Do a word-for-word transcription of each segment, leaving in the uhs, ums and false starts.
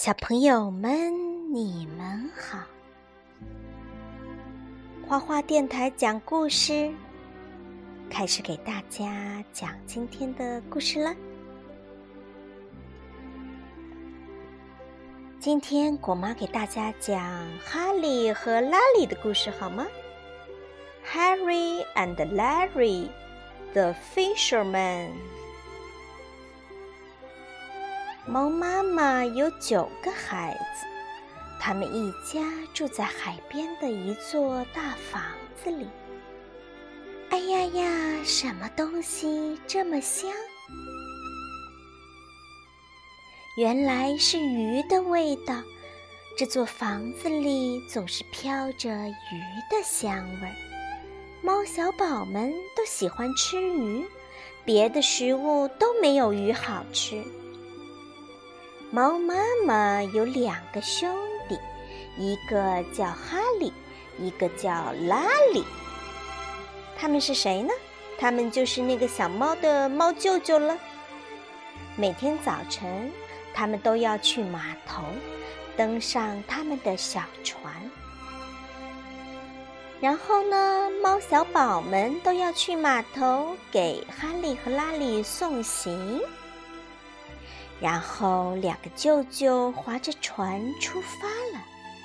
小朋友们，你们好！花花电台讲故事，开始给大家讲今天的故事了。今天果妈给大家讲哈利和拉里的故事，好吗？ Harry and Larry, the fisherman。猫妈妈有九个孩子，他们一家住在海边的一座大房子里。哎呀呀，什么东西这么香？原来是鱼的味道。这座房子里总是飘着鱼的香味儿。猫小宝们都喜欢吃鱼，别的食物都没有鱼好吃。猫妈妈有两个兄弟，一个叫哈利，一个叫拉里。他们是谁呢？他们就是那个小猫的猫舅舅了。每天早晨，他们都要去码头，登上他们的小船。然后呢，猫小宝们都要去码头给哈利和拉里送行。然后两个舅舅划着船出发了。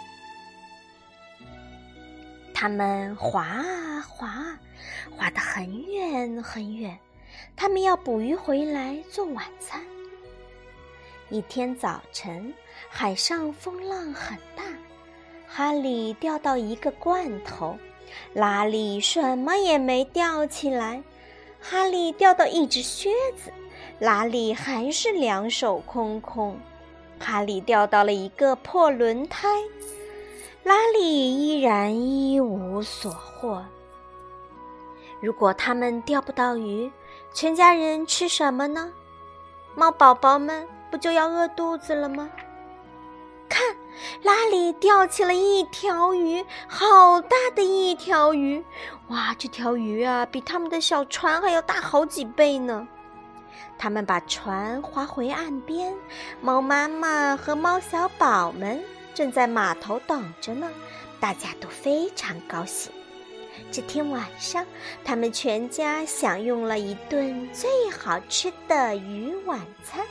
他们划啊划啊，划得很远很远，他们要捕鱼回来做晚餐。一天早晨，海上风浪很大，哈利掉到一个罐头，拉里什么也没掉起来。哈利掉到一只靴子，拉里还是两手空空。哈利掉到了一个破轮胎，拉里依然一无所获。如果他们钓不到鱼，全家人吃什么呢？猫宝宝们不就要饿肚子了吗？看，拉里钓起了一条鱼，好大的一条鱼！哇，这条鱼啊，比他们的小船还要大好几倍呢。他们把船划回岸边，猫妈妈和猫小宝们正在码头等着呢，大家都非常高兴。这天晚上，他们全家享用了一顿最好吃的鱼晚餐。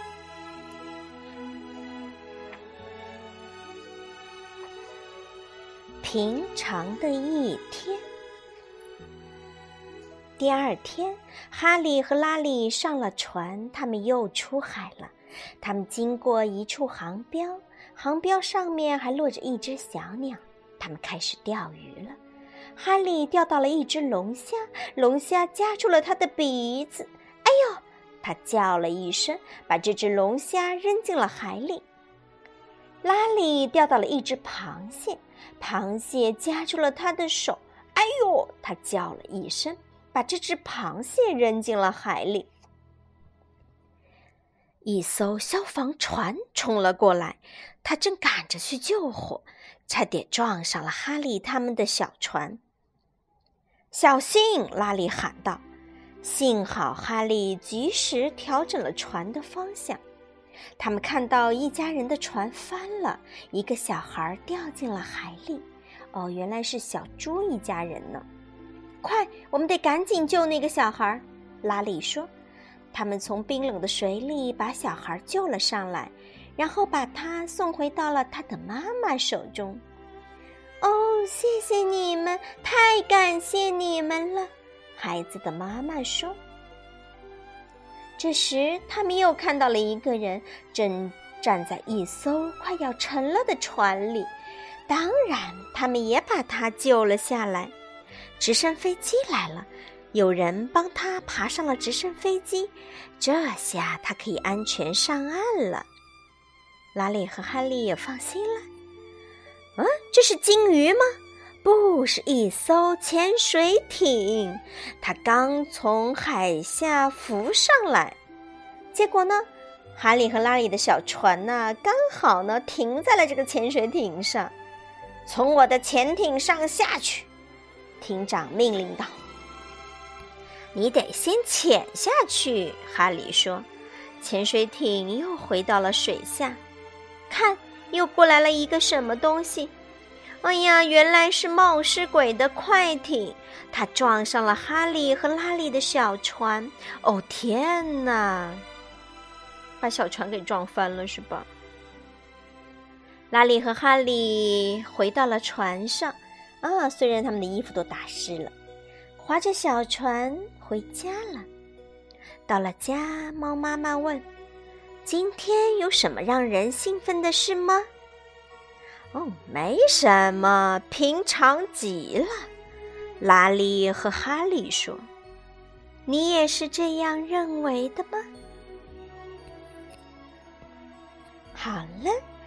平常的一天。第二天，哈利和拉里上了船，他们又出海了。他们经过一处航标，航标上面还落着一只小鸟。他们开始钓鱼了。哈利钓到了一只龙虾，龙虾夹住了他的鼻子。哎呦！他叫了一声，把这只龙虾扔进了海里。拉里钓到了一只螃蟹，螃蟹夹住了他的手。哎呦！他叫了一声，把这只螃蟹扔进了海里。一艘消防船冲了过来，他正赶着去救火，差点撞上了哈利他们的小船。小心！拉里喊道。幸好哈利及时调整了船的方向。他们看到一家人的船翻了，一个小孩掉进了海里。哦，原来是小猪一家人呢。快，我们得赶紧救那个小孩，拉里说。他们从冰冷的水里把小孩救了上来，然后把他送回到了他的妈妈手中。哦，谢谢你们，太感谢你们了，孩子的妈妈说。这时，他们又看到了一个人正站在一艘快要沉了的船里，当然，他们也把他救了下来。直升飞机来了，有人帮他爬上了直升飞机，这下他可以安全上岸了。拉里和哈利也放心了。嗯，这是鲸鱼吗？不，是一艘潜水艇，它刚从海下浮上来。结果呢，哈利和拉里的小船呢，刚好呢停在了这个潜水艇上。从我的潜艇上下去，艇长命令道。你得先潜下去，哈利说。潜水艇又回到了水下。看， 又过来了一个什么东西？哎呀，原来是冒失鬼的快艇，它撞上了哈利和拉力的小船。哦，天哪！把小船给撞翻了是吧？拉力和哈利回到了船上，啊，虽然他们的衣服都打湿了，划着小船回家了。到了家，猫妈妈问：“今天有什么让人兴奋的事吗？”“哦，没什么，平常极了。”拉力和哈利说。“你也是这样认为的吗？”好了。